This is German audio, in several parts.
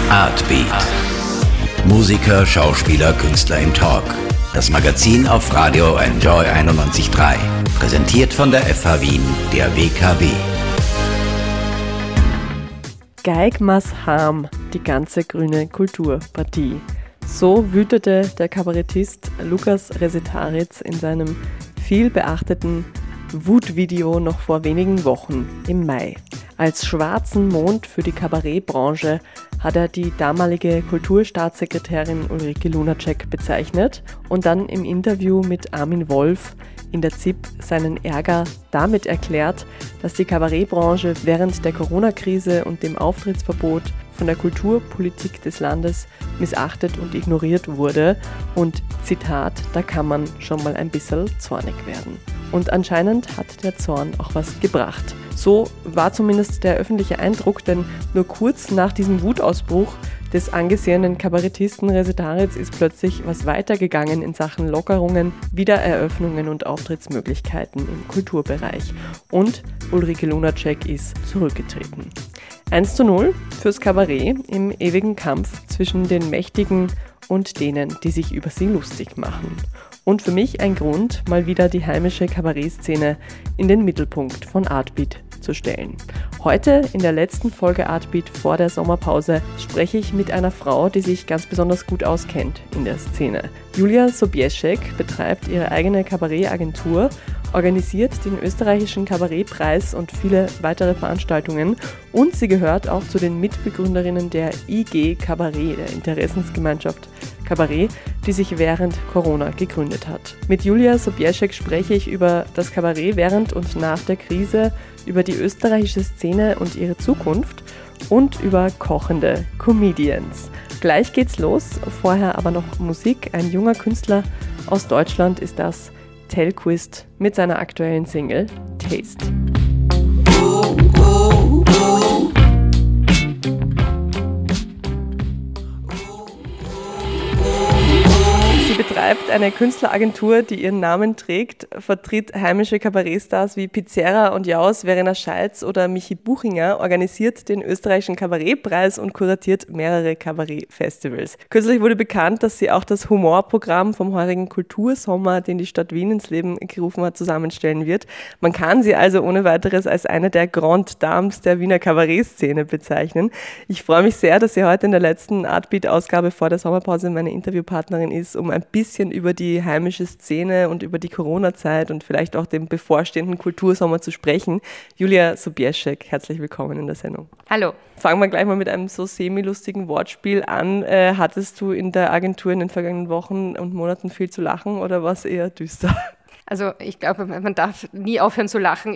Artbeat. Musiker, Schauspieler, Künstler im Talk. Das Magazin auf Radio Enjoy 91.3. Präsentiert von der FH Wien, der WKW. Geig mas Harm, die ganze grüne Kulturpartie. So wütete der Kabarettist Lukas Resetaritz in seinem viel beachteten Wutvideo noch vor wenigen Wochen im Mai. Als schwarzen Mond für die Kabarettbranche hat er die damalige Kulturstaatssekretärin Ulrike Lunacek bezeichnet und dann im Interview mit Armin Wolf in der ZIP seinen Ärger damit erklärt, dass die Kabarettbranche während der Corona-Krise und dem Auftrittsverbot von der Kulturpolitik des Landes missachtet und ignoriert wurde und, Zitat, da kann man schon mal ein bisschen zornig werden. Und anscheinend hat der Zorn auch was gebracht. So war zumindest der öffentliche Eindruck, denn nur kurz nach diesem Wutausbruch des angesehenen Kabarettisten Resetaritz ist plötzlich was weitergegangen in Sachen Lockerungen, Wiedereröffnungen und Auftrittsmöglichkeiten im Kulturbereich. Und Ulrike Lunacek ist zurückgetreten. 1:0 fürs Kabarett im ewigen Kampf zwischen den Mächtigen und denen, die sich über sie lustig machen. Und für mich ein Grund, mal wieder die heimische Kabarettszene in den Mittelpunkt von Artbeat zu stellen. Heute, in der letzten Folge Artbeat vor der Sommerpause, spreche ich mit einer Frau, die sich ganz besonders gut auskennt in der Szene. Julia Sobieszek betreibt ihre eigene Kabarettagentur, organisiert den österreichischen Kabarettpreis und viele weitere Veranstaltungen und sie gehört auch zu den Mitbegründerinnen der IG Kabarett, der Interessensgemeinschaft Kabarett, die sich während Corona gegründet hat. Mit Julia Sobieszek spreche ich über das Kabarett während und nach der Krise, über die österreichische Szene und ihre Zukunft und über kochende Comedians. Gleich geht's los, vorher aber noch Musik. Ein junger Künstler aus Deutschland ist das, Telquist mit seiner aktuellen Single Taste. Sie betreibt eine Künstleragentur, die ihren Namen trägt, vertritt heimische Kabarettstars wie Pizzerra und Jaus, Verena Scheitz oder Michi Buchinger, organisiert den österreichischen Kabarettpreis und kuratiert mehrere Kabarettfestivals. Kürzlich wurde bekannt, dass sie auch das Humorprogramm vom heurigen Kultursommer, den die Stadt Wien ins Leben gerufen hat, zusammenstellen wird. Man kann sie also ohne weiteres als eine der Grand Dames der Wiener Kabarettszene bezeichnen. Ich freue mich sehr, dass sie heute in der letzten Artbeat-Ausgabe vor der Sommerpause meine Interviewpartnerin ist, um ein bisschen über die heimische Szene und über die Corona-Zeit und vielleicht auch den bevorstehenden Kultursommer zu sprechen. Julia Sobieszek, herzlich willkommen in der Sendung. Hallo. Fangen wir gleich mal mit einem so semi-lustigen Wortspiel an. Hattest du in der Agentur in den vergangenen Wochen und Monaten viel zu lachen oder war es eher düster? Also ich glaube, man darf nie aufhören zu lachen.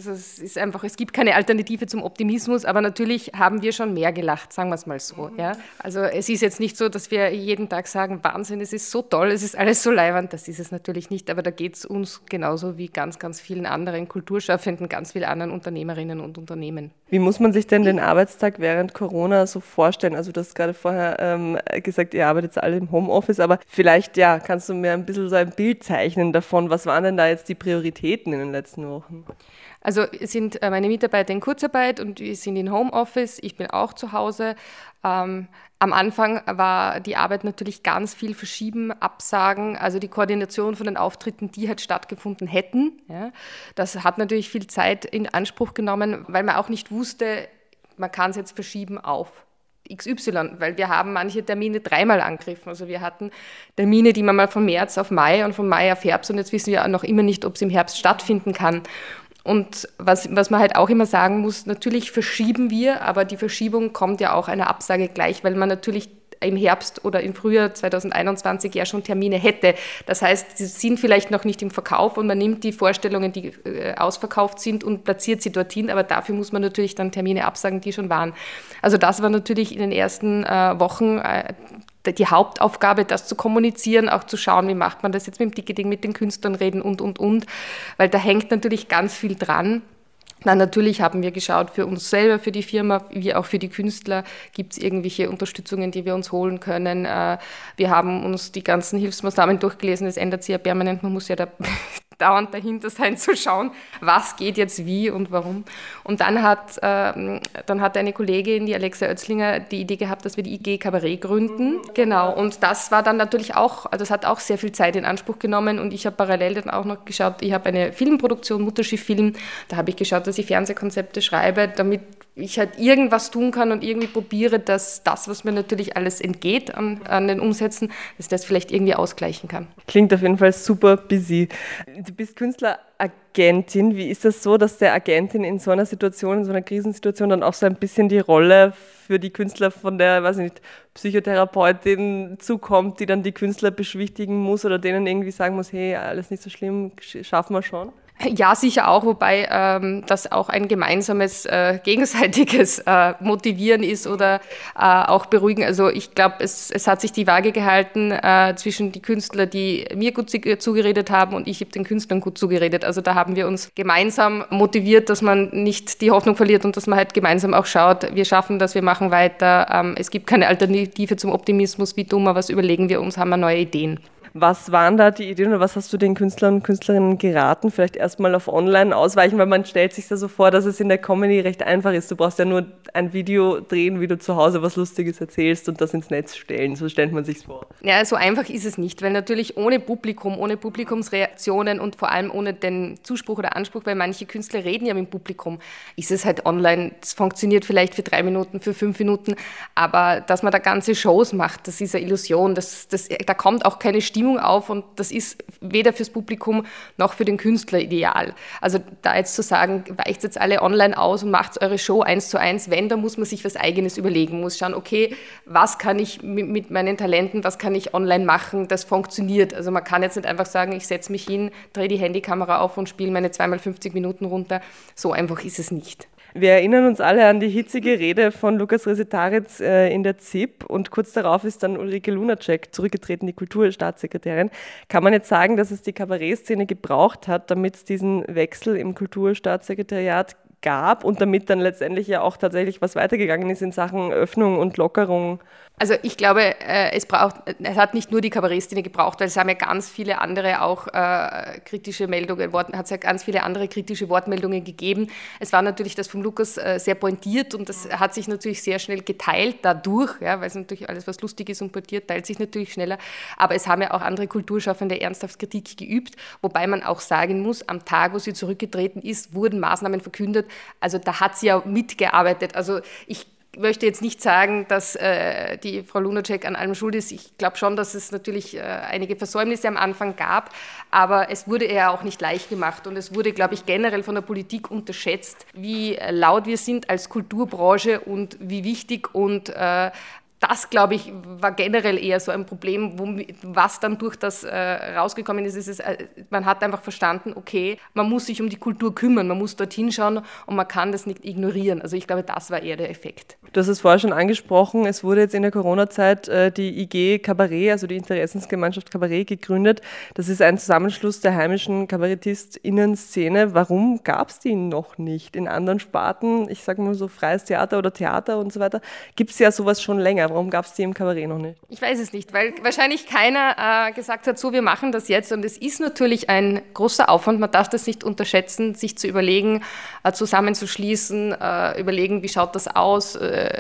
Es gibt keine Alternative zum Optimismus, aber natürlich haben wir schon mehr gelacht, sagen wir es mal so. Ja? Also es ist jetzt nicht so, dass wir jeden Tag sagen, Wahnsinn, es ist so toll, es ist alles so leiwand, das ist es natürlich nicht, aber da geht es uns genauso wie ganz, ganz vielen anderen Kulturschaffenden, ganz vielen anderen Unternehmerinnen und Unternehmen. Wie muss man sich denn den Arbeitstag während Corona so vorstellen? Also du hast gerade vorher gesagt, ihr arbeitet jetzt alle im Homeoffice, aber vielleicht kannst du mir ein bisschen so ein Bild zeichnen davon, was waren denn da jetzt die Prioritäten in den letzten Wochen? Also sind meine Mitarbeiter in Kurzarbeit und wir sind in Homeoffice, ich bin auch zu Hause. Am Anfang war die Arbeit natürlich ganz viel verschieben, absagen, also die Koordination von den Auftritten, die halt stattgefunden hätten. Ja. Das hat natürlich viel Zeit in Anspruch genommen, weil man auch nicht wusste, man kann es jetzt verschieben auf XY, weil wir haben manche Termine dreimal angegriffen. Also wir hatten Termine, die man mal von März auf Mai und von Mai auf Herbst und jetzt wissen wir noch immer nicht, ob es im Herbst stattfinden kann. Und was man halt auch immer sagen muss, natürlich verschieben wir, aber die Verschiebung kommt ja auch einer Absage gleich, weil man natürlich im Herbst oder im Frühjahr 2021 ja schon Termine hätte. Das heißt, sie sind vielleicht noch nicht im Verkauf und man nimmt die Vorstellungen, die ausverkauft sind und platziert sie dorthin, aber dafür muss man natürlich dann Termine absagen, die schon waren. Also das war natürlich in den ersten Wochen die Hauptaufgabe, das zu kommunizieren, auch zu schauen, wie macht man das jetzt mit dem Ticketing, mit den Künstlern reden und, weil da hängt natürlich ganz viel dran. Dann natürlich haben wir geschaut für uns selber, für die Firma, wie auch für die Künstler, gibt es irgendwelche Unterstützungen, die wir uns holen können. Wir haben uns die ganzen Hilfsmaßnahmen durchgelesen, es ändert sich ja permanent, man muss ja da dauernd dahinter sein, zu schauen, was geht jetzt wie und warum. Und dann hat eine Kollegin, die Alexa Oetzlinger, die Idee gehabt, dass wir die IG Kabarett gründen. Genau, und das war dann natürlich auch, also das hat auch sehr viel Zeit in Anspruch genommen und ich habe parallel dann auch noch geschaut, ich habe eine Filmproduktion, Mutterschiff-Film, da habe ich geschaut, dass ich Fernsehkonzepte schreibe, damit ich halt irgendwas tun kann und irgendwie probiere, dass das, was mir natürlich alles entgeht an den Umsätzen, dass das vielleicht irgendwie ausgleichen kann. Klingt auf jeden Fall super busy. Du bist Künstleragentin. Wie ist das so, dass der Agentin in so einer Situation, in so einer Krisensituation dann auch so ein bisschen die Rolle für die Künstler von der, weiß ich nicht, Psychotherapeutin zukommt, die dann die Künstler beschwichtigen muss oder denen irgendwie sagen muss, hey, alles nicht so schlimm, schaffen wir schon? Ja, sicher auch, wobei das auch ein gemeinsames, gegenseitiges Motivieren ist oder auch beruhigen. Also ich glaube, es hat sich die Waage gehalten zwischen die Künstler, die mir gut zugeredet haben und ich habe den Künstlern gut zugeredet. Also da haben wir uns gemeinsam motiviert, dass man nicht die Hoffnung verliert und dass man halt gemeinsam auch schaut, wir schaffen das, wir machen weiter. Es gibt keine Alternative zum Optimismus, wie dummer, was überlegen wir uns, haben wir neue Ideen. Was waren da die Ideen oder was hast du den Künstlern und Künstlerinnen geraten? Vielleicht erstmal auf Online ausweichen, weil man stellt sich da so vor, dass es in der Comedy recht einfach ist. Du brauchst ja nur ein Video drehen, wie du zu Hause was Lustiges erzählst und das ins Netz stellen. So stellt man sich's vor. Ja, so einfach ist es nicht, weil natürlich ohne Publikum, ohne Publikumsreaktionen und vor allem ohne den Zuspruch oder Anspruch, weil manche Künstler reden ja mit dem Publikum, ist es halt online. Es funktioniert vielleicht für 3 Minuten, für 5 Minuten, aber dass man da ganze Shows macht, das ist eine Illusion. Da kommt auch keine Stimmung auf und das ist weder fürs Publikum noch für den Künstler ideal. Also da jetzt zu sagen, weicht jetzt alle online aus und macht eure Show 1:1, wenn, dann muss man sich was Eigenes überlegen, muss schauen, okay, was kann ich mit meinen Talenten, was kann ich online machen, das funktioniert. Also man kann jetzt nicht einfach sagen, ich setze mich hin, drehe die Handykamera auf und spiele meine 2x50 Minuten runter. So einfach ist es nicht. Wir erinnern uns alle an die hitzige Rede von Lukas Resetaritz in der ZIP und kurz darauf ist dann Ulrike Lunacek zurückgetreten, die Kulturstaatssekretärin. Kann man jetzt sagen, dass es die Kabarettszene gebraucht hat, damit es diesen Wechsel im Kulturstaatssekretariat gab und damit dann letztendlich ja auch tatsächlich was weitergegangen ist in Sachen Öffnung und Lockerung? Also ich glaube, es hat nicht nur die Kabarettszene gebraucht, weil es haben ja ganz viele andere auch kritische Meldungen, hat es ja ganz viele andere kritische Wortmeldungen gegeben. Es war natürlich das vom Lukas sehr pointiert und das hat sich natürlich sehr schnell geteilt dadurch, ja, weil es natürlich alles, was lustig ist und pointiert, teilt sich natürlich schneller. Aber es haben ja auch andere Kulturschaffende ernsthaft Kritik geübt, wobei man auch sagen muss, am Tag, wo sie zurückgetreten ist, wurden Maßnahmen verkündet. Also da hat sie ja mitgearbeitet. Also ich möchte jetzt nicht sagen, dass die Frau Lunacek an allem schuld ist. Ich glaube schon, dass es natürlich einige Versäumnisse am Anfang gab, aber es wurde ihr auch nicht leicht gemacht und es wurde, glaube ich, generell von der Politik unterschätzt, wie laut wir sind als Kulturbranche und wie wichtig und das, glaube ich, war generell eher so ein Problem, was dann durch das rausgekommen ist. Man hat einfach verstanden, okay, man muss sich um die Kultur kümmern, man muss dorthin schauen und man kann das nicht ignorieren. Also ich glaube, das war eher der Effekt. Du hast es vorher schon angesprochen, es wurde jetzt in der Corona-Zeit die IG Kabarett, also die Interessensgemeinschaft Kabarett, gegründet. Das ist ein Zusammenschluss der heimischen KabarettistInnen-Szene. Warum gab es die noch nicht in anderen Sparten? Ich sage mal so freies Theater oder Theater und so weiter. Gibt es ja sowas schon länger. Warum gab es die im Kabarett noch nicht? Ich weiß es nicht, weil wahrscheinlich keiner gesagt hat, so, wir machen das jetzt. Und es ist natürlich ein großer Aufwand, man darf das nicht unterschätzen, sich zu überlegen, zusammenzuschließen, überlegen, wie schaut das aus.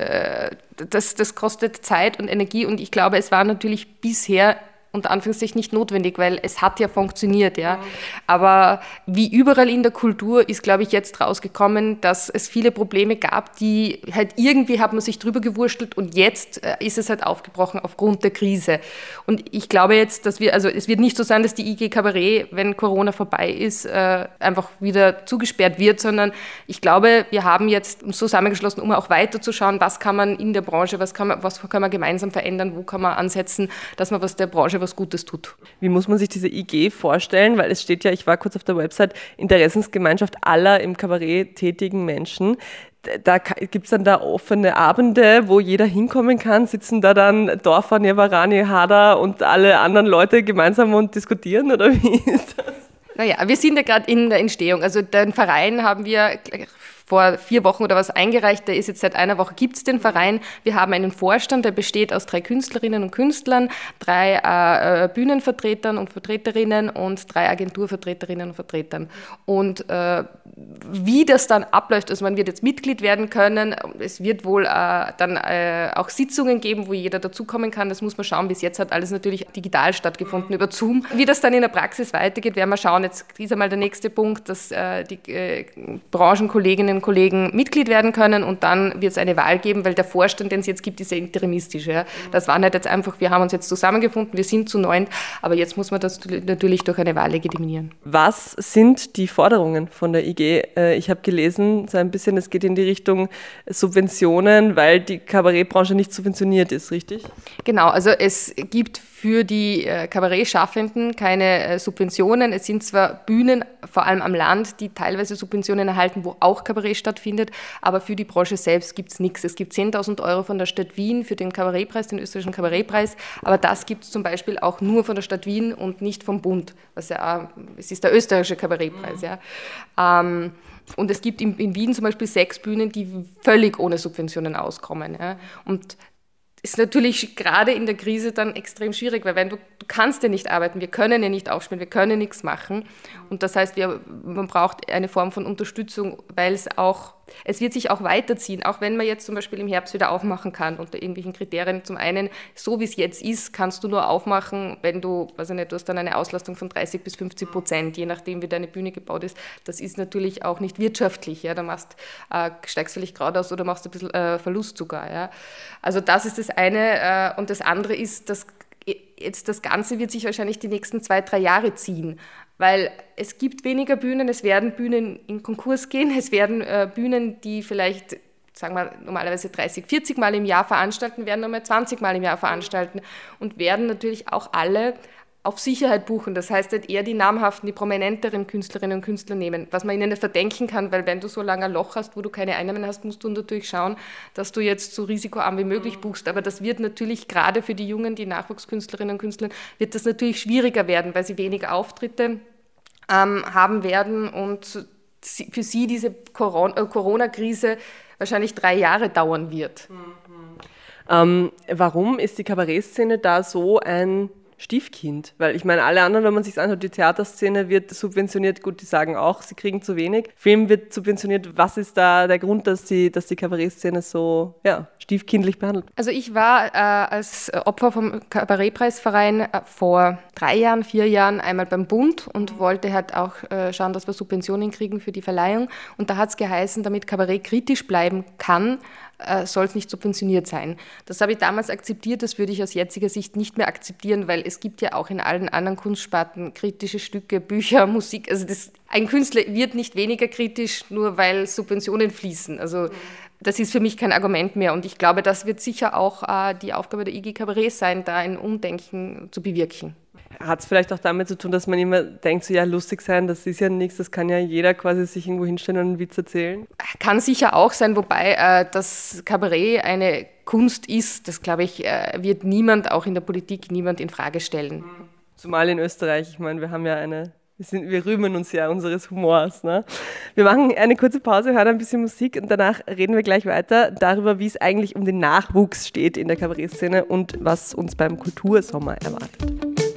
Das kostet Zeit und Energie und ich glaube, es war natürlich bisher unter Anführungszeichen nicht notwendig, weil es hat ja funktioniert, ja. Aber wie überall in der Kultur ist, glaube ich, jetzt rausgekommen, dass es viele Probleme gab, die halt irgendwie hat man sich drüber gewurstelt und jetzt ist es halt aufgebrochen aufgrund der Krise. Und ich glaube jetzt, es wird nicht so sein, dass die IG Kabarett, wenn Corona vorbei ist, einfach wieder zugesperrt wird, sondern ich glaube, wir haben jetzt uns zusammengeschlossen, um auch weiterzuschauen, was kann man in der Branche, was kann man gemeinsam verändern, wo kann man ansetzen, dass man der Branche was Gutes tut. Wie muss man sich diese IG vorstellen? Weil es steht ja, ich war kurz auf der Website, Interessensgemeinschaft aller im Kabarett tätigen Menschen. Da gibt es dann da offene Abende, wo jeder hinkommen kann, sitzen da dann Dorfer, Nevarani, Hada und alle anderen Leute gemeinsam und diskutieren, oder wie ist das? Naja, wir sind ja gerade in der Entstehung. Also den Verein haben wir vor 4 Wochen oder was eingereicht, der ist jetzt seit einer Woche, gibt es den Verein. Wir haben einen Vorstand, der besteht aus 3 Künstlerinnen und Künstlern, 3 Bühnenvertretern und Vertreterinnen und 3 Agenturvertreterinnen und Vertretern. Und wie das dann abläuft, also man wird jetzt Mitglied werden können, es wird wohl dann auch Sitzungen geben, wo jeder dazukommen kann, das muss man schauen. Bis jetzt hat alles natürlich digital stattgefunden über Zoom. Wie das dann in der Praxis weitergeht, werden wir schauen. Jetzt ist einmal der nächste Punkt, dass die Branchenkolleginnen und Kollegen Mitglied werden können und dann wird es eine Wahl geben, weil der Vorstand, den es jetzt gibt, ist ja interimistisch. Ja. Das war nicht jetzt einfach, wir haben uns jetzt zusammengefunden, wir sind zu 9, aber jetzt muss man das natürlich durch eine Wahl legitimieren. Was sind die Forderungen von der IG? Ich habe gelesen, so ein bisschen, es geht in die Richtung Subventionen, weil die Kabarettbranche nicht subventioniert ist, richtig? Genau, also es gibt für die Kabarettschaffenden keine Subventionen. Es sind zwar Bühnen, vor allem am Land, die teilweise Subventionen erhalten, wo auch Kabarett stattfindet, aber für die Branche selbst gibt es nichts. Es gibt 10.000 € von der Stadt Wien für den Kabarettpreis, den österreichischen Kabarettpreis, aber das gibt es zum Beispiel auch nur von der Stadt Wien und nicht vom Bund. Es ist der österreichische Kabarettpreis. Ja. Und es gibt in Wien zum Beispiel 6 Bühnen, die völlig ohne Subventionen auskommen. Ja. Und ist natürlich gerade in der Krise dann extrem schwierig, weil du kannst ja nicht arbeiten, wir können ja nicht aufspielen, wir können nichts machen. Und das heißt, man braucht eine Form von Unterstützung, weil es wird sich auch weiterziehen, auch wenn man jetzt zum Beispiel im Herbst wieder aufmachen kann unter irgendwelchen Kriterien. Zum einen, so wie es jetzt ist, kannst du nur aufmachen, wenn du hast dann eine Auslastung von 30-50%, je nachdem, wie deine Bühne gebaut ist. Das ist natürlich auch nicht wirtschaftlich. Ja? Da steigst du vielleicht geradeaus oder machst ein bisschen Verlust sogar. Ja? Also das ist das eine. Und das andere ist, dass jetzt das Ganze wird sich wahrscheinlich die nächsten 2-3 Jahre ziehen. Weil es gibt weniger Bühnen, es werden Bühnen in Konkurs gehen, es werden Bühnen, die vielleicht, sagen wir normalerweise 30-40 Mal im Jahr veranstalten, werden nochmal 20 Mal im Jahr veranstalten und werden natürlich auch alle auf Sicherheit buchen. Das heißt, halt eher die namhaften, die prominenteren Künstlerinnen und Künstler nehmen, was man ihnen nicht verdenken kann, weil wenn du so lange ein Loch hast, wo du keine Einnahmen hast, musst du natürlich schauen, dass du jetzt so risikoarm wie möglich buchst. Aber das wird natürlich gerade für die Jungen, die Nachwuchskünstlerinnen und Künstler, wird das natürlich schwieriger werden, weil sie weniger Auftritte haben werden und für sie diese Corona-Krise wahrscheinlich 3 Jahre dauern wird. Warum ist die Kabarettszene da so ein Stiefkind? Weil ich meine, alle anderen, wenn man sich anschaut, die Theaterszene wird subventioniert, gut, die sagen auch, sie kriegen zu wenig. Film wird subventioniert. Was ist da der Grund, dass die Kabarettszene so stiefkindlich behandelt? Also ich war als Opfer vom Kabarettpreisverein vor 3 Jahren, 4 Jahren einmal beim Bund und wollte halt auch schauen, dass wir Subventionen kriegen für die Verleihung. Und da hat es geheißen, damit Kabarett kritisch bleiben kann, soll es nicht subventioniert sein. Das habe ich damals akzeptiert, das würde ich aus jetziger Sicht nicht mehr akzeptieren, weil es gibt ja auch in allen anderen Kunstsparten kritische Stücke, Bücher, Musik. Also ein Künstler wird nicht weniger kritisch, nur weil Subventionen fließen. Also das ist für mich kein Argument mehr und ich glaube, das wird sicher auch die Aufgabe der IG Kabarett sein, da ein Umdenken zu bewirken. Hat es vielleicht auch damit zu tun, dass man immer denkt, so lustig sein, das ist ja nichts, das kann ja jeder quasi sich irgendwo hinstellen und einen Witz erzählen? Kann sicher auch sein, wobei das Kabarett eine Kunst ist, das glaube ich, wird niemand, auch in der Politik, niemand in Frage stellen. Zumal in Österreich, ich meine, wir haben ja wir rühmen uns ja unseres Humors. Ne? Wir machen eine kurze Pause, hören ein bisschen Musik und danach reden wir gleich weiter darüber, wie es eigentlich um den Nachwuchs steht in der Kabarettszene und was uns beim Kultursommer erwartet.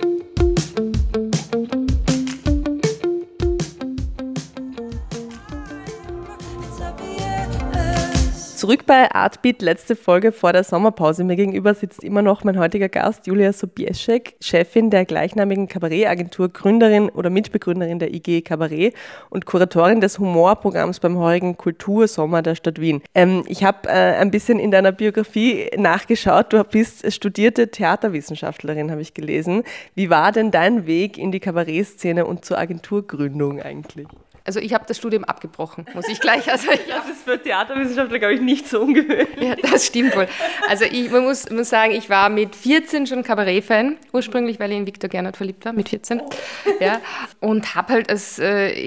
Zurück bei Artbeat, letzte Folge vor der Sommerpause. Mir gegenüber sitzt immer noch mein heutiger Gast, Julia Sobieschek, Chefin der gleichnamigen Kabarettagentur, Gründerin oder Mitbegründerin der IG Kabarett und Kuratorin des Humorprogramms beim heurigen Kultursommer der Stadt Wien. Ich habe ein bisschen in deiner Biografie nachgeschaut. Du bist studierte Theaterwissenschaftlerin, habe ich gelesen. Wie war denn dein Weg in die Kabarettszene und zur Agenturgründung eigentlich? Also ich habe das Studium abgebrochen, muss ich gleich. Das ist für Theaterwissenschaftler, glaube ich, nicht so ungewöhnlich. Ja, das stimmt wohl. Also man muss sagen, ich war mit 14 schon Kabarett-Fan, ursprünglich, weil ich in Viktor Gernot verliebt war, mit 14. Ja, und habe halt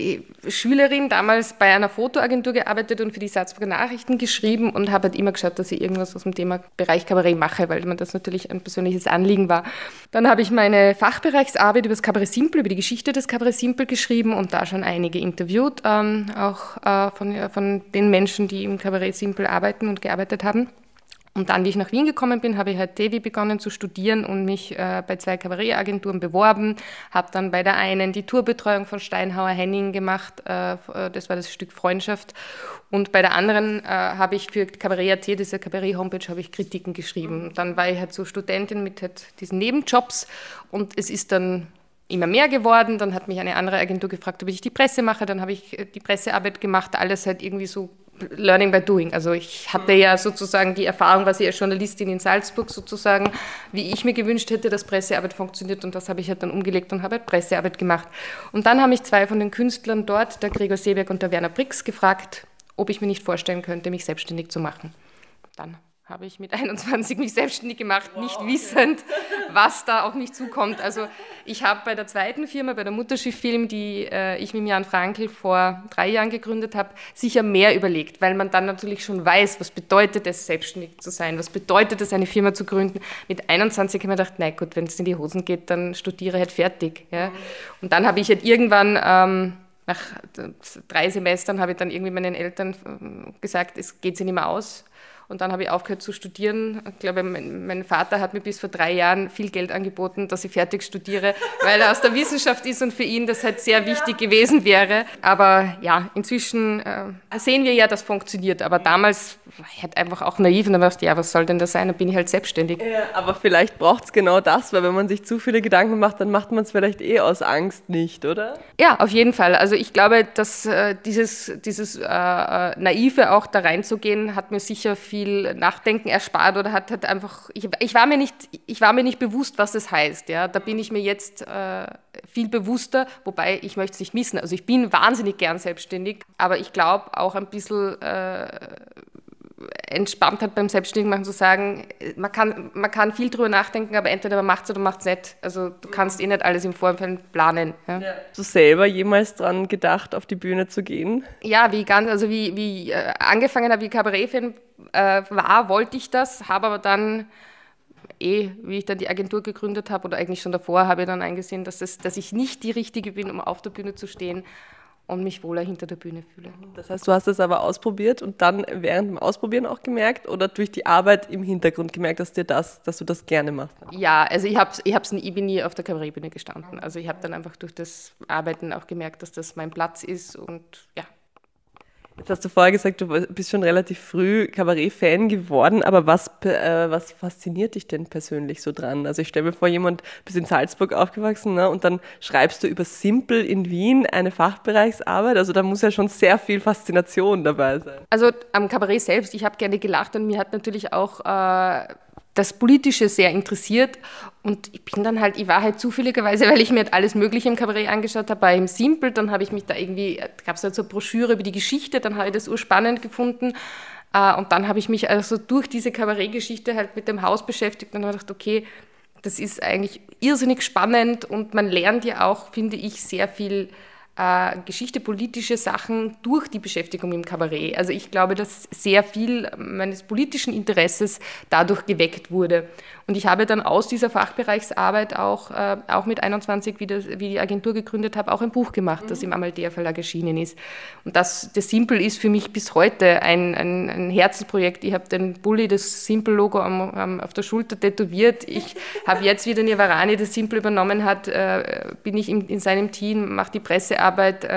Schülerin damals bei einer Fotoagentur gearbeitet und für die Salzburger Nachrichten geschrieben und habe halt immer geschaut, dass ich irgendwas aus dem Thema Bereich Kabarett mache, weil mir das natürlich ein persönliches Anliegen war. Dann habe ich meine Fachbereichsarbeit über das Kabarett Simpel, über die Geschichte des Kabarett Simpel geschrieben und da schon einige interviewt, auch von den Menschen, die im Kabarett Simpel arbeiten und gearbeitet haben. Und dann, wie ich nach Wien gekommen bin, habe ich halt TEWI begonnen zu studieren und mich bei 2 Kabarettagenturen beworben. Habe dann bei der einen die Tourbetreuung von Steinhauer Henning gemacht, das war das Stück Freundschaft. Und bei der anderen habe ich für Kabarett.at, diese Kabarett-Homepage, habe ich Kritiken geschrieben. Dann war ich halt so Studentin mit halt diesen Nebenjobs und es ist dann immer mehr geworden. Dann hat mich eine andere Agentur gefragt, ob ich die Presse mache. Dann habe ich die Pressearbeit gemacht, alles halt irgendwie so Learning by Doing. Also ich hatte ja sozusagen die Erfahrung, was ich als Journalistin in Salzburg sozusagen, wie ich mir gewünscht hätte, dass Pressearbeit funktioniert und das habe ich halt dann umgelegt und habe halt Pressearbeit gemacht. Und dann haben mich 2 von den Künstlern dort, der Gregor Seeberg und der Werner Brix, gefragt, ob ich mir nicht vorstellen könnte, mich selbstständig zu machen. Dann habe ich mit 21 mich selbstständig gemacht, nicht wissend, was da auf mich zukommt. Also ich habe bei der zweiten Firma, bei der Mutterschiff Film, die ich mit Jan Frankl vor 3 Jahren gegründet habe, sicher mehr überlegt, weil man dann natürlich schon weiß, was bedeutet es, selbstständig zu sein, was bedeutet es, eine Firma zu gründen. Mit 21 habe ich mir gedacht, na gut, wenn es in die Hosen geht, dann studiere halt fertig. Ja. Und dann habe ich halt irgendwann nach 3 Semestern habe ich dann irgendwie meinen Eltern gesagt, es geht sich nicht mehr aus. Und dann habe ich aufgehört zu studieren. Ich glaube, mein Vater hat mir bis vor 3 Jahren viel Geld angeboten, dass ich fertig studiere, weil er aus der Wissenschaft ist und für ihn das halt sehr wichtig gewesen wäre. Aber ja, inzwischen sehen wir ja, das funktioniert. Aber damals war ich halt einfach auch naiv und dann dachte ich, ja, was soll denn das sein? Dann bin ich halt selbstständig. Ja, aber vielleicht braucht es genau das, weil wenn man sich zu viele Gedanken macht, dann macht man es vielleicht aus Angst nicht, oder? Ja, auf jeden Fall. Also ich glaube, dass dieses Naive auch da reinzugehen, hat mir sicher viel Nachdenken erspart oder hat halt einfach, ich war mir nicht bewusst, was es heißt. Ja? Da bin ich mir jetzt viel bewusster, wobei ich möchte es nicht missen. Also ich bin wahnsinnig gern selbstständig, aber ich glaube auch ein bisschen entspannt hat beim Selbstständigen zu sagen, man kann viel drüber nachdenken, aber entweder man macht es oder man macht es nicht. Also du kannst nicht alles im Vorfeld planen. Ja. Ja. Hast du selber jemals dran gedacht, auf die Bühne zu gehen? Ja, wie angefangen habe, wie Kabarettfan war, wollte ich das, habe aber dann wie ich dann die Agentur gegründet habe oder eigentlich schon davor, habe ich dann eingesehen, dass ich nicht die Richtige bin, um auf der Bühne zu stehen und mich wohler hinter der Bühne fühle. Das heißt, du hast es aber ausprobiert und dann während dem Ausprobieren auch gemerkt oder durch die Arbeit im Hintergrund gemerkt, dass du das gerne machst? Ja, also ich bin nie auf der Kabarettbühne gestanden. Also ich habe dann einfach durch das Arbeiten auch gemerkt, dass das mein Platz ist und ja. Jetzt hast du vorher gesagt, du bist schon relativ früh Kabarett-Fan geworden, aber was fasziniert dich denn persönlich so dran? Also ich stelle mir vor, jemand bist in Salzburg aufgewachsen, ne, und dann schreibst du über Simpel in Wien eine Fachbereichsarbeit, also da muss ja schon sehr viel Faszination dabei sein. Also am Kabarett selbst, ich habe gerne gelacht und mir hat natürlich auch das Politische sehr interessiert und ich war halt zufälligerweise, weil ich mir halt alles Mögliche im Kabarett angeschaut habe, bei im Simpel, dann habe ich mich da gab es halt so eine Broschüre über die Geschichte, dann habe ich das urspannend gefunden und dann habe ich mich also durch diese Kabarettgeschichte halt mit dem Haus beschäftigt und habe gedacht, okay, das ist eigentlich irrsinnig spannend und man lernt ja auch, finde ich, sehr viel Geschichte, politische Sachen durch die Beschäftigung im Kabarett. Also ich glaube, dass sehr viel meines politischen Interesses dadurch geweckt wurde. Und ich habe dann aus dieser Fachbereichsarbeit auch mit 21, wie die Agentur gegründet habe, auch ein Buch gemacht, das im Amalthea Verlag erschienen ist. Und das Simpel ist für mich bis heute ein Herzensprojekt. Ich habe den Bulli, das Simpel-Logo auf der Schulter tätowiert. Ich habe jetzt, wie der Nirvarani das Simpel übernommen hat, bin ich in seinem Team, mache die Pressearbeit.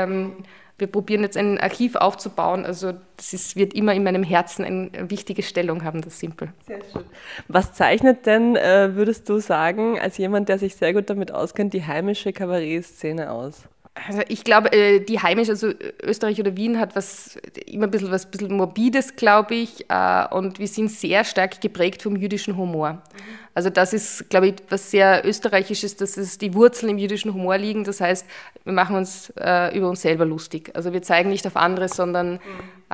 Wir probieren jetzt ein Archiv aufzubauen. Also das wird immer in meinem Herzen eine wichtige Stellung haben, das Simpel. Sehr schön. Was zeichnet denn, würdest du sagen, als jemand, der sich sehr gut damit auskennt, die heimische Kabarettszene aus? Also ich glaube, die heimische, also Österreich oder Wien hat immer ein bisschen Morbides, glaube ich, und wir sind sehr stark geprägt vom jüdischen Humor. Also das ist, glaube ich, was sehr Österreichisches, dass es die Wurzeln im jüdischen Humor liegen. Das heißt, wir machen uns über uns selber lustig. Also wir zeigen nicht auf andere, sondern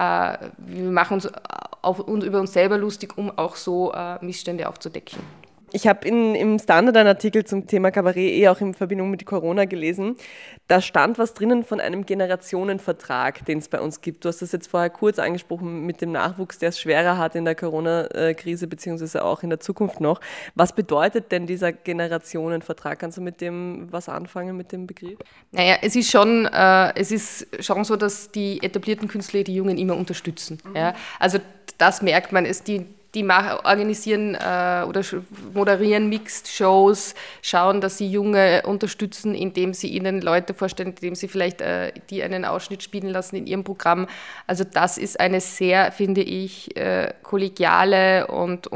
wir machen uns über uns selber lustig, um auch so Missstände aufzudecken. Ich habe im Standard einen Artikel zum Thema Kabarett auch in Verbindung mit Corona gelesen. Da stand was drinnen von einem Generationenvertrag, den es bei uns gibt. Du hast das jetzt vorher kurz angesprochen mit dem Nachwuchs, der es schwerer hat in der Corona-Krise beziehungsweise auch in der Zukunft noch. Was bedeutet denn dieser Generationenvertrag? Kannst du mit dem was anfangen, mit dem Begriff? Naja, es ist schon so, dass die etablierten Künstler die Jungen immer unterstützen. Ja? Also das merkt man, die organisieren oder moderieren Mixed-Shows, schauen, dass sie Junge unterstützen, indem sie ihnen Leute vorstellen, indem sie vielleicht die einen Ausschnitt spielen lassen in ihrem Programm. Also das ist eine sehr, finde ich, kollegiale und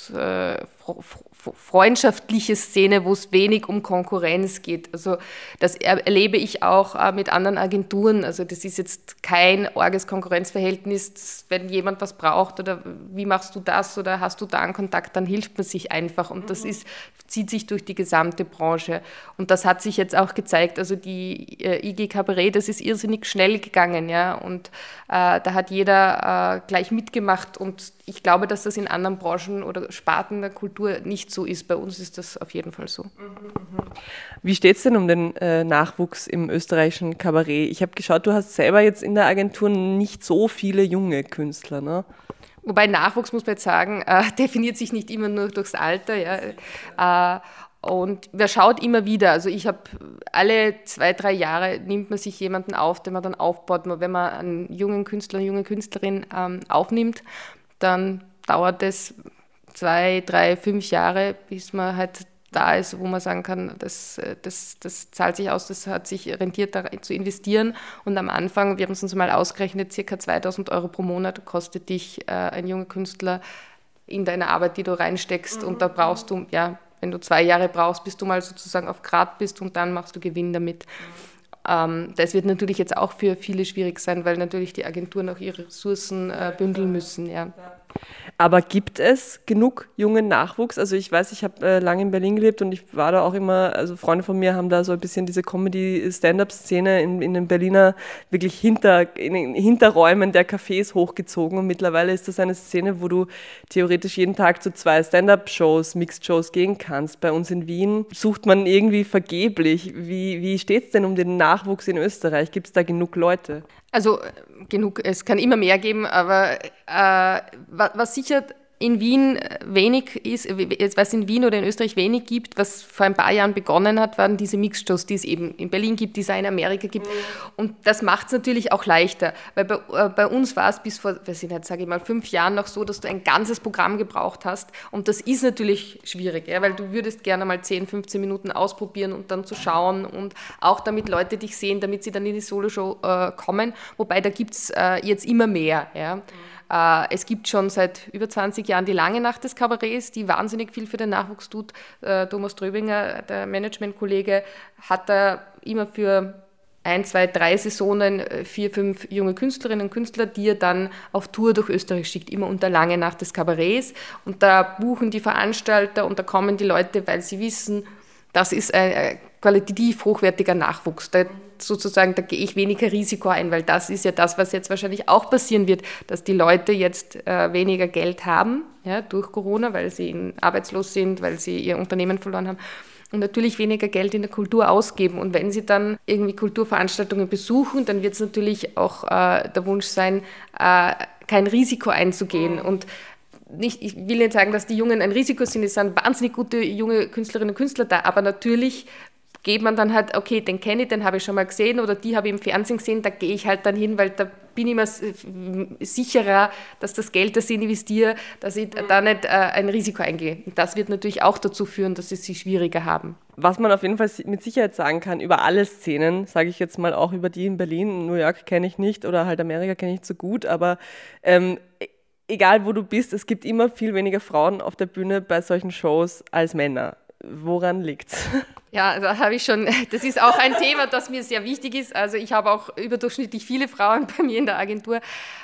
freundschaftliche Szene, wo es wenig um Konkurrenz geht. Also das erlebe ich auch mit anderen Agenturen. Also das ist jetzt kein arges Konkurrenzverhältnis, wenn jemand was braucht oder wie machst du das oder hast du da einen Kontakt, dann hilft man sich einfach. Und das zieht sich durch die gesamte Branche. Und das hat sich jetzt auch gezeigt. Also die IG Kabarett, das ist irrsinnig schnell gegangen. Ja? Und da hat jeder gleich mitgemacht. Und ich glaube, dass das in anderen Branchen oder Sparten der Kultur nicht so ist. Bei uns ist das auf jeden Fall so. Wie steht es denn um den Nachwuchs im österreichischen Kabarett? Ich habe geschaut, du hast selber jetzt in der Agentur nicht so viele junge Künstler, ne? Wobei Nachwuchs, muss man jetzt sagen, definiert sich nicht immer nur durchs Alter. Ja. Und wer schaut immer wieder, also ich habe alle 2-3 Jahre nimmt man sich jemanden auf, den man dann aufbaut. Wenn man einen jungen Künstler, eine junge Künstlerin aufnimmt, dann dauert es 2, 3, 5 Jahre, bis man halt da ist, wo man sagen kann, das zahlt sich aus, das hat sich rentiert, da zu investieren. Und am Anfang, wir haben es uns mal ausgerechnet, ca. 2.000 Euro pro Monat kostet dich ein junger Künstler in deine Arbeit, die du reinsteckst. Und da brauchst du, ja, wenn du 2 Jahre brauchst, bis du mal sozusagen auf Grad bist und dann machst du Gewinn damit. Das wird natürlich jetzt auch für viele schwierig sein, weil natürlich die Agenturen auch ihre Ressourcen bündeln müssen. Ja. Aber gibt es genug jungen Nachwuchs? Also ich weiß, ich habe lange in Berlin gelebt und ich war da auch immer, also Freunde von mir haben da so ein bisschen diese Comedy-Stand-Up-Szene in den Berliner wirklich in den Hinterräumen der Cafés hochgezogen und mittlerweile ist das eine Szene, wo du theoretisch jeden Tag zu 2 Stand-Up-Shows, Mixed-Shows gehen kannst. Bei uns in Wien sucht man irgendwie vergeblich. Wie steht es denn um den Nachwuchs in Österreich? Gibt es da genug Leute? Also genug, es kann immer mehr geben, aber was sicher in Wien wenig ist, was in Wien oder in Österreich wenig gibt, was vor ein paar Jahren begonnen hat, waren diese Mixed-Shows, die es eben in Berlin gibt, die es auch in Amerika gibt. Und das macht es natürlich auch leichter, weil bei uns war es bis vor, weiß ich nicht, sage ich mal, 5 Jahren noch so, dass du ein ganzes Programm gebraucht hast. Und das ist natürlich schwierig, ja, weil du würdest gerne mal 10, 15 Minuten ausprobieren und dann zu schauen und auch damit Leute dich sehen, damit sie dann in die Soloshow kommen. Wobei da gibt es jetzt immer mehr, ja. Es gibt schon seit über 20 Jahren die Lange Nacht des Kabarets, die wahnsinnig viel für den Nachwuchs tut. Thomas Tröbinger, der Managementkollege, hat da immer für 1, 2, 3 Saisonen 4, 5 junge Künstlerinnen und Künstler, die er dann auf Tour durch Österreich schickt, immer unter Lange Nacht des Kabarets. Und da buchen die Veranstalter und da kommen die Leute, weil sie wissen, das ist ein qualitativ hochwertiger Nachwuchs. Da gehe ich weniger Risiko ein, weil das ist ja das, was jetzt wahrscheinlich auch passieren wird, dass die Leute jetzt weniger Geld haben, ja, durch Corona, weil sie arbeitslos sind, weil sie ihr Unternehmen verloren haben und natürlich weniger Geld in der Kultur ausgeben. Und wenn sie dann irgendwie Kulturveranstaltungen besuchen, dann wird es natürlich auch der Wunsch sein, kein Risiko einzugehen. Und ich will nicht sagen, dass die Jungen ein Risiko sind, es sind wahnsinnig gute junge Künstlerinnen und Künstler da, aber natürlich geht man dann halt, okay, den kenne ich, den habe ich schon mal gesehen oder die habe ich im Fernsehen gesehen, da gehe ich halt dann hin, weil da bin ich mir sicherer, dass das Geld, das ich investiere, dass ich da nicht ein Risiko eingehe. Und das wird natürlich auch dazu führen, dass sie es schwieriger haben. Was man auf jeden Fall mit Sicherheit sagen kann, über alle Szenen, sage ich jetzt mal auch über die in Berlin, New York kenne ich nicht oder halt Amerika kenne ich nicht so gut, aber egal wo du bist, es gibt immer viel weniger Frauen auf der Bühne bei solchen Shows als Männer. Woran liegt's? Ja, da habe ich schon, das ist auch ein Thema, das mir sehr wichtig ist. Also ich habe auch überdurchschnittlich viele Frauen bei mir in der Agentur.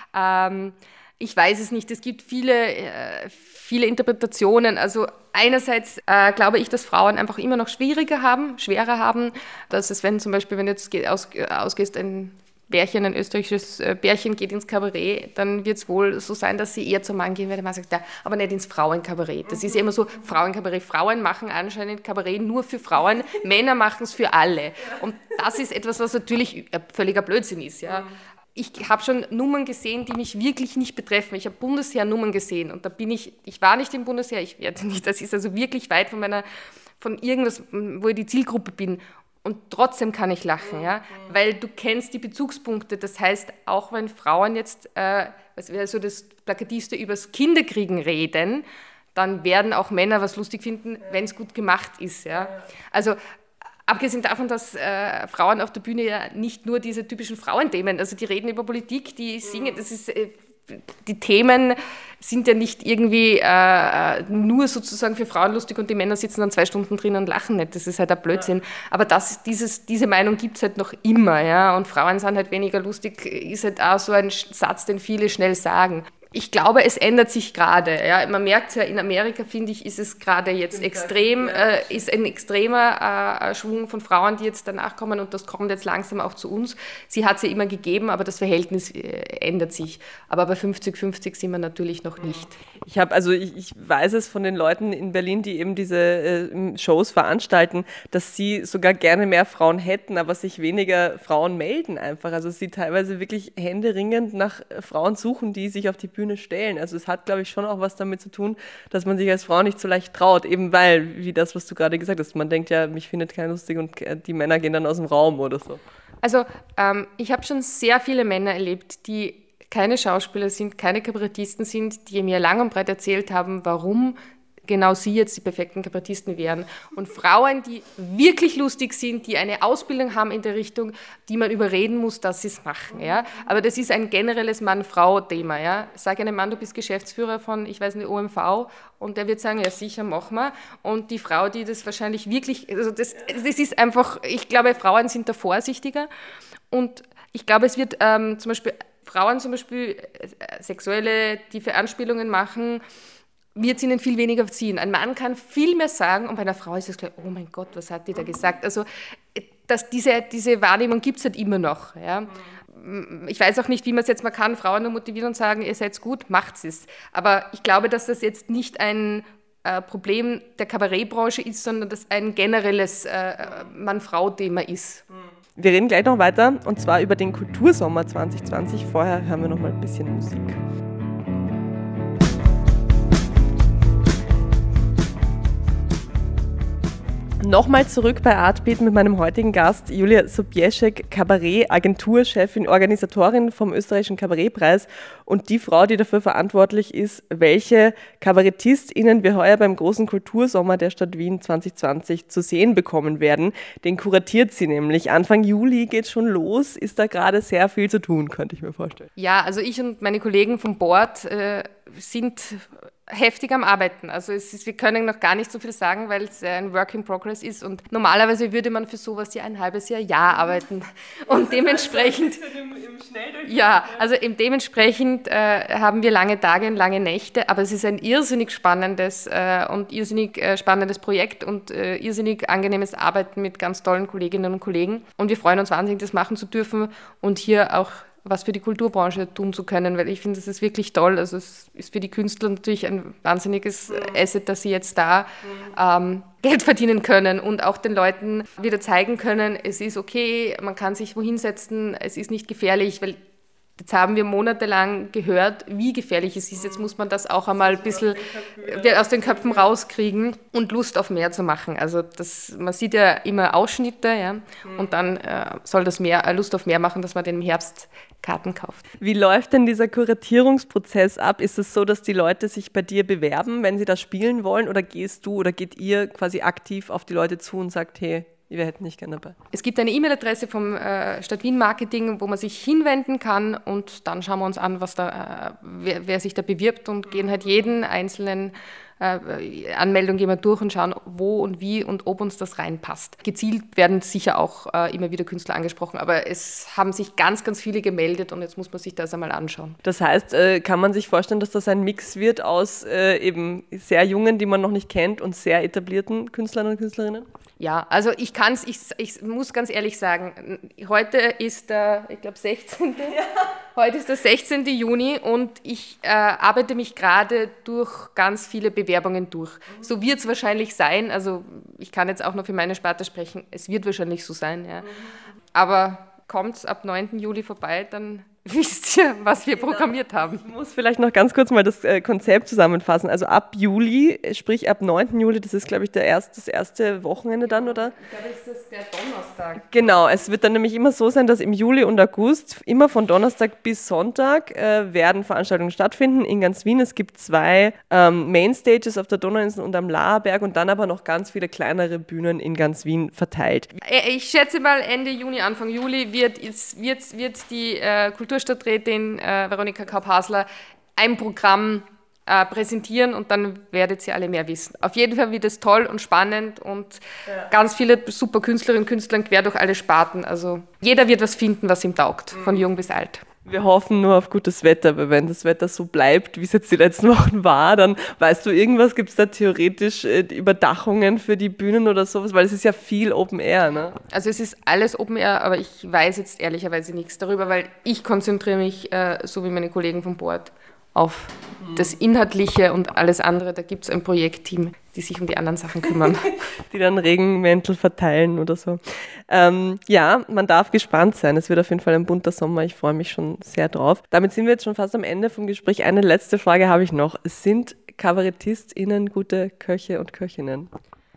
Ich weiß es nicht, es gibt viele Interpretationen. Also einerseits glaube ich, dass Frauen einfach immer noch schwerer haben, dass es, wenn du jetzt ausgehst, ein Bärchen, ein österreichisches Bärchen geht ins Kabarett, dann wird es wohl so sein, dass sie eher zum Mann gehen, weil der Mann sagt, ja, aber nicht ins Frauenkabarett. Das ist ja immer so, Frauenkabarett. Frauen machen anscheinend Kabarett nur für Frauen, Männer machen es für alle. Und das ist etwas, was natürlich völliger Blödsinn ist. Ja. Ich habe schon Nummern gesehen, die mich wirklich nicht betreffen. Ich habe Bundesheer-Nummern gesehen und da ich war nicht im Bundesheer, ich werde nicht, das ist also wirklich weit von irgendwas, wo ich die Zielgruppe bin. Und trotzdem kann ich lachen, ja, weil du kennst die Bezugspunkte. Das heißt, auch wenn Frauen jetzt, was wäre so das Plakativste, übers Kinderkriegen reden, dann werden auch Männer was lustig finden, wenn es gut gemacht ist. Ja. Also abgesehen davon, dass Frauen auf der Bühne ja nicht nur diese typischen Frauenthemen, also die reden über Politik, die singen, das ist... Die Themen sind ja nicht irgendwie nur sozusagen für Frauen lustig und die Männer sitzen dann 2 Stunden drin und lachen nicht. Das ist halt ein Blödsinn. Aber diese Meinung gibt es halt noch immer. Ja? Und Frauen sind halt weniger lustig, ist halt auch so ein Satz, den viele schnell sagen. Ich glaube, es ändert sich gerade. Ja. Man merkt es ja, in Amerika, finde ich, ist es gerade jetzt extrem, ist ein extremer Schwung von Frauen, die jetzt danach kommen und das kommt jetzt langsam auch zu uns. Sie hat es ja immer gegeben, aber das Verhältnis ändert sich. Aber bei 50-50 sind wir natürlich noch nicht. Ich weiß es von den Leuten in Berlin, die eben diese Shows veranstalten, dass sie sogar gerne mehr Frauen hätten, aber sich weniger Frauen melden einfach. Also sie teilweise wirklich händeringend nach Frauen suchen, die sich auf die Bühne stellen. Also es hat, glaube ich, schon auch was damit zu tun, dass man sich als Frau nicht so leicht traut, eben weil, wie das, was du gerade gesagt hast, man denkt ja, mich findet keiner lustig und die Männer gehen dann aus dem Raum oder so. Also ich habe schon sehr viele Männer erlebt, die keine Schauspieler sind, keine Kabarettisten sind, die mir lang und breit erzählt haben, warum genau sie jetzt die perfekten Kabarettisten wären. Und Frauen, die wirklich lustig sind, die eine Ausbildung haben in der Richtung, die man überreden muss, dass sie es machen. Ja? Aber das ist ein generelles Mann-Frau-Thema. Ja? Sag einem Mann, du bist Geschäftsführer von, ich weiß nicht, OMV, und der wird sagen, ja sicher, mach mal. Und die Frau, die das wahrscheinlich wirklich, also das ist einfach, ich glaube, Frauen sind da vorsichtiger. Und ich glaube, es wird Frauen sexuelle, tiefe Anspielungen machen, wird es ihnen viel weniger ziehen. Ein Mann kann viel mehr sagen und bei einer Frau ist es gleich, oh mein Gott, was hat die da gesagt? Also diese Wahrnehmung gibt es halt immer noch. Ja? Ich weiß auch nicht, wie man es jetzt mal kann, Frauen nur motivieren und sagen, ihr seid gut, macht es. Aber ich glaube, dass das jetzt nicht ein Problem der Kabarettbranche ist, sondern dass ein generelles Mann-Frau-Thema ist. Wir reden gleich noch weiter und zwar über den Kultursommer 2020. Vorher hören wir noch mal ein bisschen Musik. Nochmal zurück bei Artbeat mit meinem heutigen Gast Julia Sobieschek, Kabarett-Agenturchefin, Organisatorin vom österreichischen Kabarettpreis und die Frau, die dafür verantwortlich ist, welche KabarettistInnen wir heuer beim großen Kultursommer der Stadt Wien 2020 zu sehen bekommen werden. Den kuratiert sie nämlich. Anfang Juli geht schon los, ist da gerade sehr viel zu tun, könnte ich mir vorstellen. Ja, also ich und meine Kollegen vom Board sind heftig am Arbeiten. Also wir können noch gar nicht so viel sagen, weil es ein Work in Progress ist und normalerweise würde man für sowas ja ein halbes Jahr arbeiten. Und dementsprechend, dementsprechend haben wir lange Tage und lange Nächte, aber es ist ein irrsinnig spannendes Projekt und irrsinnig angenehmes Arbeiten mit ganz tollen Kolleginnen und Kollegen und wir freuen uns wahnsinnig, das machen zu dürfen und hier auch was für die Kulturbranche tun zu können, weil ich finde, das ist wirklich toll. Also es ist für die Künstler natürlich ein wahnsinniges Asset, dass sie jetzt da Geld verdienen können und auch den Leuten wieder zeigen können, es ist okay, man kann sich wohin setzen, es ist nicht gefährlich, weil jetzt haben wir monatelang gehört, wie gefährlich es ist. Jetzt muss man das auch einmal ein bisschen aus den Köpfen rauskriegen und Lust auf mehr zu machen. Also man sieht ja immer Ausschnitte, ja, und dann soll das Lust auf mehr machen, dass man den im Herbst Karten kauft. Wie läuft denn dieser Kuratierungsprozess ab? Ist es so, dass die Leute sich bei dir bewerben, wenn sie das spielen wollen, oder geht ihr quasi aktiv auf die Leute zu und sagt, hey, wir hätten nicht gerne dabei? Es gibt eine E-Mail-Adresse vom Stadt Wien Marketing, wo man sich hinwenden kann und dann schauen wir uns an, wer sich da bewirbt und gehen halt jeden einzelnen Anmeldung gehen wir durch und schauen, wo und wie und ob uns das reinpasst. Gezielt werden sicher auch immer wieder Künstler angesprochen, aber es haben sich ganz, ganz viele gemeldet und jetzt muss man sich das einmal anschauen. Das heißt, kann man sich vorstellen, dass das ein Mix wird aus eben sehr jungen, die man noch nicht kennt, und sehr etablierten Künstlern und Künstlerinnen? Ja, also ich muss ganz ehrlich sagen, heute ist der, ich glaube, 16. Ja. Heute ist der 16. Juni und ich arbeite mich gerade durch ganz viele Bewerbungen durch. So wird es wahrscheinlich sein, also ich kann jetzt auch nur für meine Sparte sprechen, es wird wahrscheinlich so sein, ja. Aber kommt es ab 9. Juli vorbei, dann wisst ihr, was wir programmiert haben. Ich muss vielleicht noch ganz kurz mal das Konzept zusammenfassen. Also ab Juli, sprich ab 9. Juli, das ist, glaube ich, das erste Wochenende dann, oder? Ich glaube, ist das der Donnerstag. Genau, es wird dann nämlich immer so sein, dass im Juli und August, immer von Donnerstag bis Sonntag, werden Veranstaltungen stattfinden in ganz Wien. Es gibt 2 Mainstages auf der Donauinsel und am Laarberg und dann aber noch ganz viele kleinere Bühnen in ganz Wien verteilt. Ich schätze mal, Ende Juni, Anfang Juli wird die Kulturstadträtin Veronika Kaup-Hasler ein Programm präsentieren und dann werdet ihr alle mehr wissen. Auf jeden Fall wird es toll und spannend und ganz viele super Künstlerinnen und Künstler quer durch alle Sparten. Also jeder wird was finden, was ihm taugt, von jung bis alt. Wir hoffen nur auf gutes Wetter, weil wenn das Wetter so bleibt, wie es jetzt die letzten Wochen war, dann weißt du irgendwas, gibt es da theoretisch Überdachungen für die Bühnen oder sowas, weil es ist ja viel Open Air, ne? Also es ist alles Open Air, aber ich weiß jetzt ehrlicherweise nichts darüber, weil ich konzentriere mich, so wie meine Kollegen vom Board, auf das Inhaltliche und alles andere. Da gibt es ein Projektteam, die sich um die anderen Sachen kümmern. Die dann Regenmäntel verteilen oder so. Ja, man darf gespannt sein. Es wird auf jeden Fall ein bunter Sommer. Ich freue mich schon sehr drauf. Damit sind wir jetzt schon fast am Ende vom Gespräch. Eine letzte Frage habe ich noch. Sind KabarettistInnen gute Köche und Köchinnen?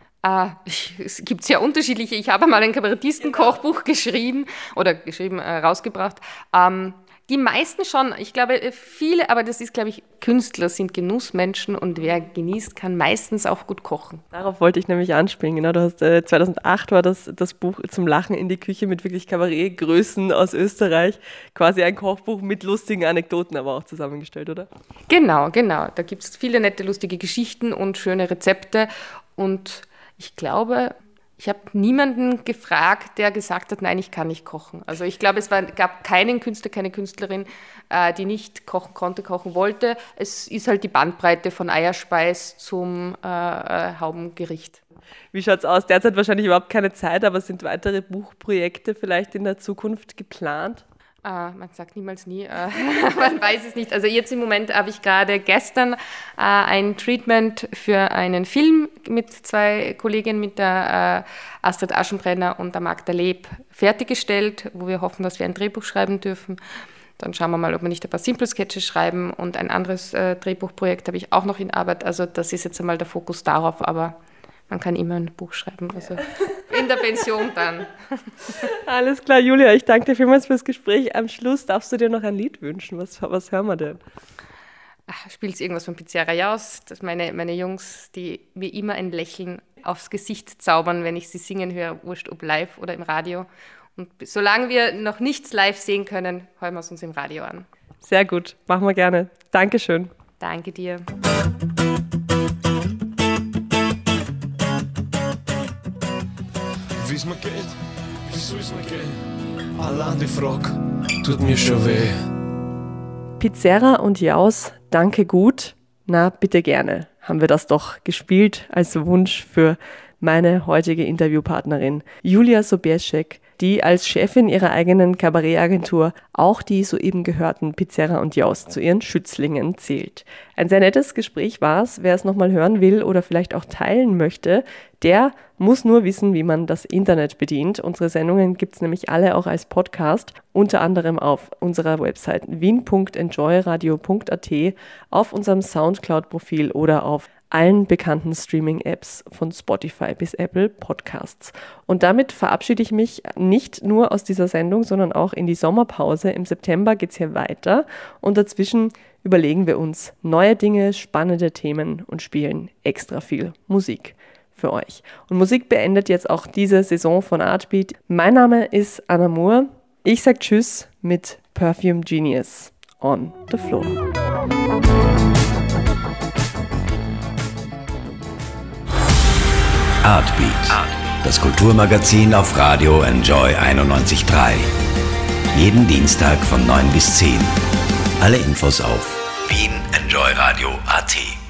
Es gibt sehr unterschiedliche. Ich habe mal ein Kabarettisten-Kochbuch rausgebracht. Die meisten schon, ich glaube viele, aber das ist, glaube ich, Künstler sind Genussmenschen und wer genießt, kann meistens auch gut kochen. Darauf wollte ich nämlich anspielen, genau. Du hast 2008 war das Buch Zum Lachen in die Küche mit wirklich Kabarettgrößen aus Österreich, quasi ein Kochbuch mit lustigen Anekdoten aber auch zusammengestellt, oder? Genau. Da gibt es viele nette, lustige Geschichten und schöne Rezepte und ich glaube, ich habe niemanden gefragt, der gesagt hat, nein, ich kann nicht kochen. Also ich glaube, gab keinen Künstler, keine Künstlerin, die nicht kochen konnte, kochen wollte. Es ist halt die Bandbreite von Eierspeis zum Haubengericht. Wie schaut es aus? Derzeit wahrscheinlich überhaupt keine Zeit, aber sind weitere Buchprojekte vielleicht in der Zukunft geplant? Man sagt niemals nie, man weiß es nicht. Also jetzt im Moment habe ich gerade gestern ein Treatment für einen Film mit 2 Kolleginnen, mit der Astrid Aschenbrenner und der Magda Leb, fertiggestellt, wo wir hoffen, dass wir ein Drehbuch schreiben dürfen. Dann schauen wir mal, ob wir nicht ein paar Simple-Sketches schreiben und ein anderes Drehbuchprojekt habe ich auch noch in Arbeit. Also das ist jetzt einmal der Fokus darauf, aber man kann immer ein Buch schreiben, also in der Pension dann. Alles klar, Julia, ich danke dir vielmals fürs Gespräch. Am Schluss darfst du dir noch ein Lied wünschen. Was hören wir denn? Spielst irgendwas von Pizzeria aus, dass meine Jungs, die mir immer ein Lächeln aufs Gesicht zaubern, wenn ich sie singen höre, wurscht ob live oder im Radio. Und solange wir noch nichts live sehen können, hören wir es uns im Radio an. Sehr gut, machen wir gerne. Dankeschön. Danke dir. Wie es mir geht, wie soll es mir gehen? Allein die Frage tut mir schon weh. Pizzerra und Jaus, danke gut. Na, bitte gerne. Haben wir das doch gespielt als Wunsch für meine heutige Interviewpartnerin Julia Sobieszek, die als Chefin ihrer eigenen Kabarettagentur auch die soeben gehörten Pizzerra und Jaus zu ihren Schützlingen zählt. Ein sehr nettes Gespräch war es. Wer es nochmal hören will oder vielleicht auch teilen möchte, der muss nur wissen, wie man das Internet bedient. Unsere Sendungen gibt es nämlich alle auch als Podcast, unter anderem auf unserer Website wien.enjoyradio.at, auf unserem Soundcloud-Profil oder auf allen bekannten Streaming-Apps von Spotify bis Apple Podcasts. Und damit verabschiede ich mich nicht nur aus dieser Sendung, sondern auch in die Sommerpause. Im September geht es hier weiter und dazwischen überlegen wir uns neue Dinge, spannende Themen und spielen extra viel Musik für euch. Und Musik beendet jetzt auch diese Saison von Artbeat. Mein Name ist Anna Moore. Ich sage Tschüss mit Perfume Genius on the Floor. Artbeat, das Kulturmagazin auf Radio Enjoy 91.3. Jeden Dienstag von 9 bis 10. Alle Infos auf wien-enjoyradio.at.